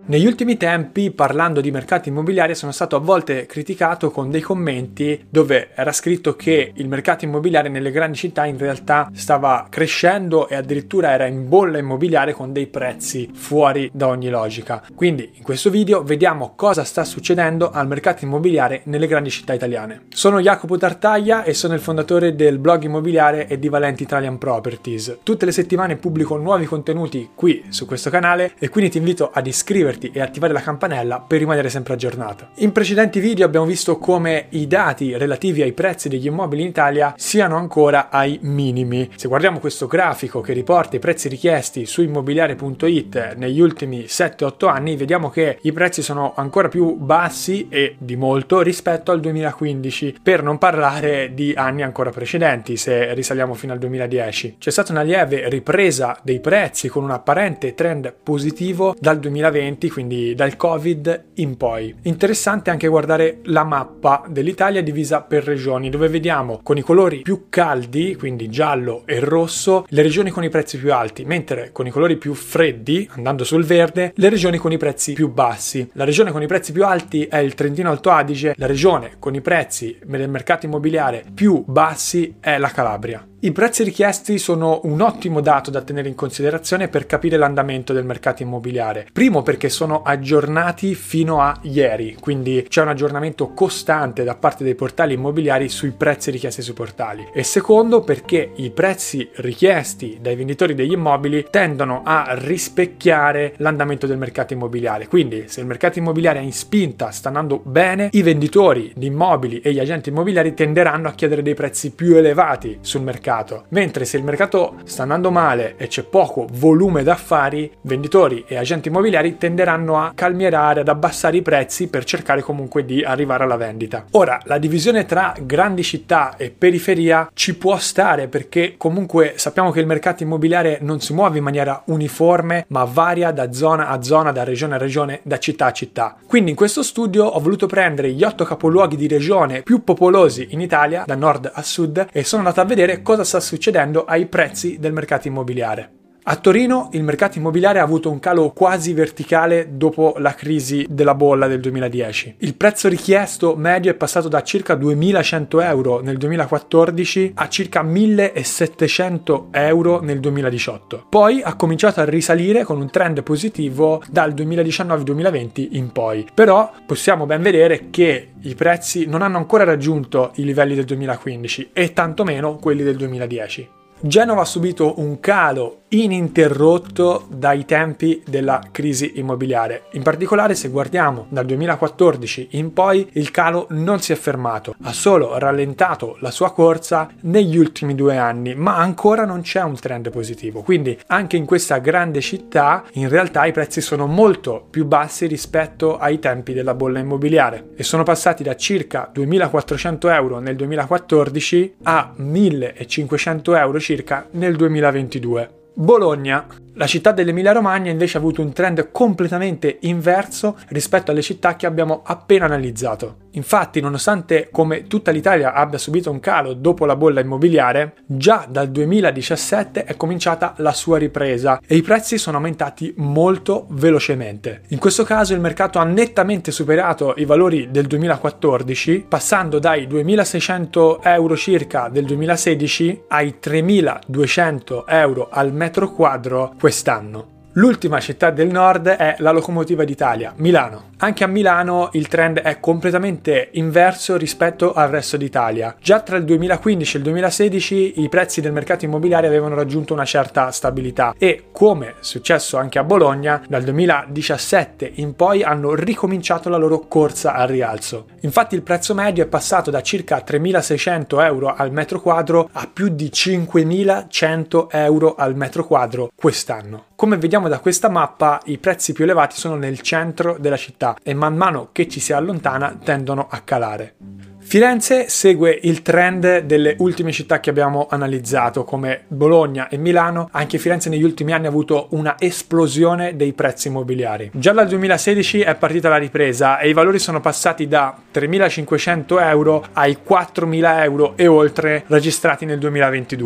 Negli ultimi tempi, parlando di mercati immobiliari, sono stato a volte criticato con dei commenti dove era scritto che il mercato immobiliare nelle grandi città in realtà stava crescendo e addirittura era in bolla immobiliare con dei prezzi fuori da ogni logica. Quindi in questo video vediamo cosa sta succedendo al mercato immobiliare nelle grandi città italiane. Sono Jacopo Tartaglia e sono il fondatore del blog immobiliare e di Valente Italian Properties. Tutte le settimane pubblico nuovi contenuti qui su questo canale e quindi ti invito ad iscriverti e attivare la campanella per rimanere sempre aggiornato. In precedenti video abbiamo visto come i dati relativi ai prezzi degli immobili in Italia siano ancora ai minimi. Se guardiamo questo grafico che riporta i prezzi richiesti su immobiliare.it negli ultimi 7-8 anni, vediamo che i prezzi sono ancora più bassi e di molto rispetto al 2015, per non parlare di anni ancora precedenti, se risaliamo fino al 2010. C'è stata una lieve ripresa dei prezzi con un apparente trend positivo dal 2020, quindi dal Covid in poi. Interessante anche guardare la mappa dell'Italia divisa per regioni, dove vediamo con i colori più caldi, quindi giallo e rosso, le regioni con i prezzi più alti, mentre con i colori più freddi, andando sul verde, le regioni con i prezzi più bassi. La regione con i prezzi più alti è il Trentino Alto Adige, la regione con i prezzi del mercato immobiliare più bassi è la Calabria. I prezzi richiesti sono un ottimo dato da tenere in considerazione per capire l'andamento del mercato immobiliare. Primo, perché sono aggiornati fino a ieri, quindi c'è un aggiornamento costante da parte dei portali immobiliari sui prezzi richiesti sui portali. E secondo, perché i prezzi richiesti dai venditori degli immobili tendono a rispecchiare l'andamento del mercato immobiliare. Quindi, se il mercato immobiliare è in spinta, sta andando bene, i venditori di immobili e gli agenti immobiliari tenderanno a chiedere dei prezzi più elevati sul mercato. Mentre se il mercato sta andando male e c'è poco volume d'affari, venditori e agenti immobiliari tenderanno a calmierare, ad abbassare i prezzi per cercare comunque di arrivare alla vendita. Ora, la divisione tra grandi città e periferia ci può stare, perché comunque sappiamo che il mercato immobiliare non si muove in maniera uniforme, ma varia da zona a zona, da regione a regione, da città a città. Quindi in questo studio ho voluto prendere gli 8 capoluoghi di regione più popolosi in Italia, da nord a sud, e sono andato a vedere cosa sta succedendo ai prezzi del mercato immobiliare. A Torino il mercato immobiliare ha avuto un calo quasi verticale dopo la crisi della bolla del 2010. Il prezzo richiesto medio è passato da circa 2.100 euro nel 2014 a circa 1.700 euro nel 2018. Poi ha cominciato a risalire con un trend positivo dal 2019-2020 in poi. Però possiamo ben vedere che i prezzi non hanno ancora raggiunto i livelli del 2015 e tantomeno quelli del 2010. Genova ha subito un calo ininterrotto dai tempi della crisi immobiliare. In particolare, se guardiamo dal 2014 in poi, il calo non si è fermato, ha solo rallentato la sua corsa negli ultimi 2 anni, ma ancora non c'è un trend positivo. Quindi anche in questa grande città in realtà i prezzi sono molto più bassi rispetto ai tempi della bolla immobiliare e sono passati da circa 2.400 euro nel 2014 a 1.500 euro circa nel 2022. Bologna, la città dell'Emilia Romagna, invece ha avuto un trend completamente inverso rispetto alle città che abbiamo appena analizzato. Infatti, nonostante come tutta l'Italia abbia subito un calo dopo la bolla immobiliare, già dal 2017 è cominciata la sua ripresa e i prezzi sono aumentati molto velocemente. In questo caso il mercato ha nettamente superato i valori del 2014, passando dai 2.600 euro circa del 2016 ai 3.200 euro al metro quadro quest'anno. L'ultima città del nord è la locomotiva d'Italia, Milano. Anche a Milano il trend è completamente inverso rispetto al resto d'Italia. Già tra il 2015 e il 2016 i prezzi del mercato immobiliare avevano raggiunto una certa stabilità e, come è successo anche a Bologna, dal 2017 in poi hanno ricominciato la loro corsa al rialzo. Infatti il prezzo medio è passato da circa 3.600 euro al metro quadro a più di 5.100 euro al metro quadro quest'anno. Come vediamo da questa mappa, i prezzi più elevati sono nel centro della città e man mano che ci si allontana tendono a calare. Firenze segue il trend delle ultime città che abbiamo analizzato, come Bologna e Milano. Anche Firenze negli ultimi anni ha avuto una esplosione dei prezzi immobiliari. Già dal 2016 è partita la ripresa e i valori sono passati da 3.500 euro ai 4.000 euro e oltre registrati nel 2022.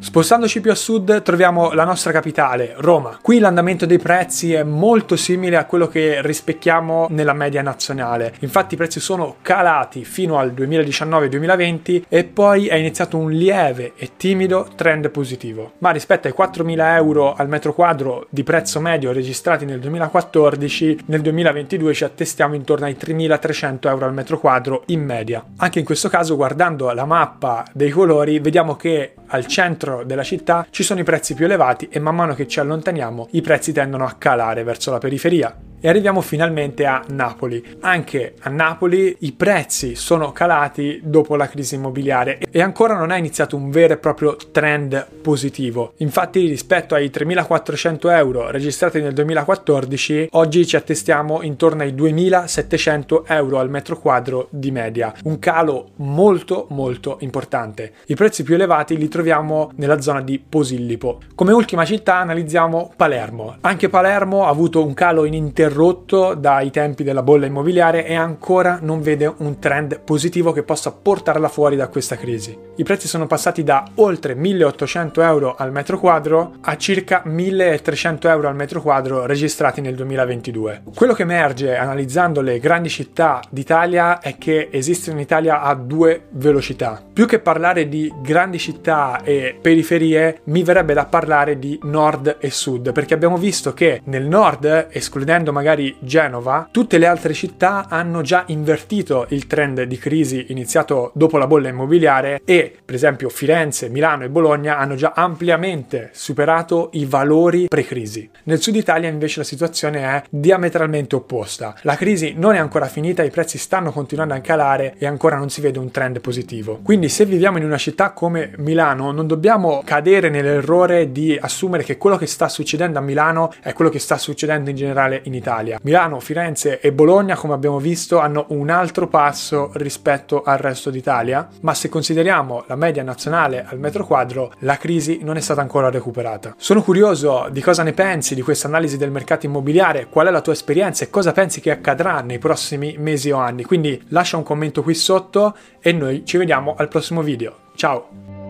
Spostandoci più a sud troviamo la nostra capitale, Roma. Qui l'andamento dei prezzi è molto simile a quello che rispecchiamo nella media nazionale. Infatti i prezzi sono calati fino al 2019-2020 e poi è iniziato un lieve e timido trend positivo. Ma rispetto ai 4.000 euro al metro quadro di prezzo medio registrati nel 2014, nel 2022 ci attestiamo intorno ai 3.300 euro al metro quadro in media. Anche in questo caso, guardando la mappa dei colori, vediamo che al centro della città ci sono i prezzi più elevati e man mano che ci allontaniamo i prezzi tendono a calare verso la periferia. E arriviamo finalmente a Napoli. Anche a Napoli i prezzi sono calati dopo la crisi immobiliare e ancora non è iniziato un vero e proprio trend positivo. Infatti rispetto ai 3.400 euro registrati nel 2014, oggi ci attestiamo intorno ai 2.700 euro al metro quadro di media. Un calo molto importante. I prezzi più elevati li troviamo nella zona di Posillipo. Come ultima città analizziamo Palermo. Anche Palermo ha avuto un calo ininterrotto dai tempi della bolla immobiliare e ancora non vede un trend positivo che possa portarla fuori da questa crisi. I prezzi sono passati da oltre 1.800 euro al metro quadro a circa 1.300 euro al metro quadro registrati nel 2022. Quello che emerge analizzando le grandi città d'Italia è che esiste in Italia a due velocità. Più che parlare di grandi città e periferie, mi verrebbe da parlare di nord e sud, perché abbiamo visto che nel nord, escludendo magari Genova, tutte le altre città hanno già invertito il trend di crisi iniziato dopo la bolla immobiliare e, per esempio, Firenze, Milano e Bologna hanno già ampliamente superato i valori pre-crisi. Nel sud Italia invece la situazione è diametralmente opposta. La crisi non è ancora finita, i prezzi stanno continuando a calare e ancora non si vede un trend positivo. Quindi se viviamo in una città come Milano non dobbiamo cadere nell'errore di assumere che quello che sta succedendo a Milano è quello che sta succedendo in generale in Italia. Milano, Firenze e Bologna, come abbiamo visto, hanno un altro passo rispetto al resto d'Italia, ma se consideriamo la media nazionale al metro quadro, la crisi non è stata ancora recuperata. Sono curioso di cosa ne pensi di questa analisi del mercato immobiliare, qual è la tua esperienza e cosa pensi che accadrà nei prossimi mesi o anni. Quindi lascia un commento qui sotto e noi ci vediamo al prossimo video. Ciao!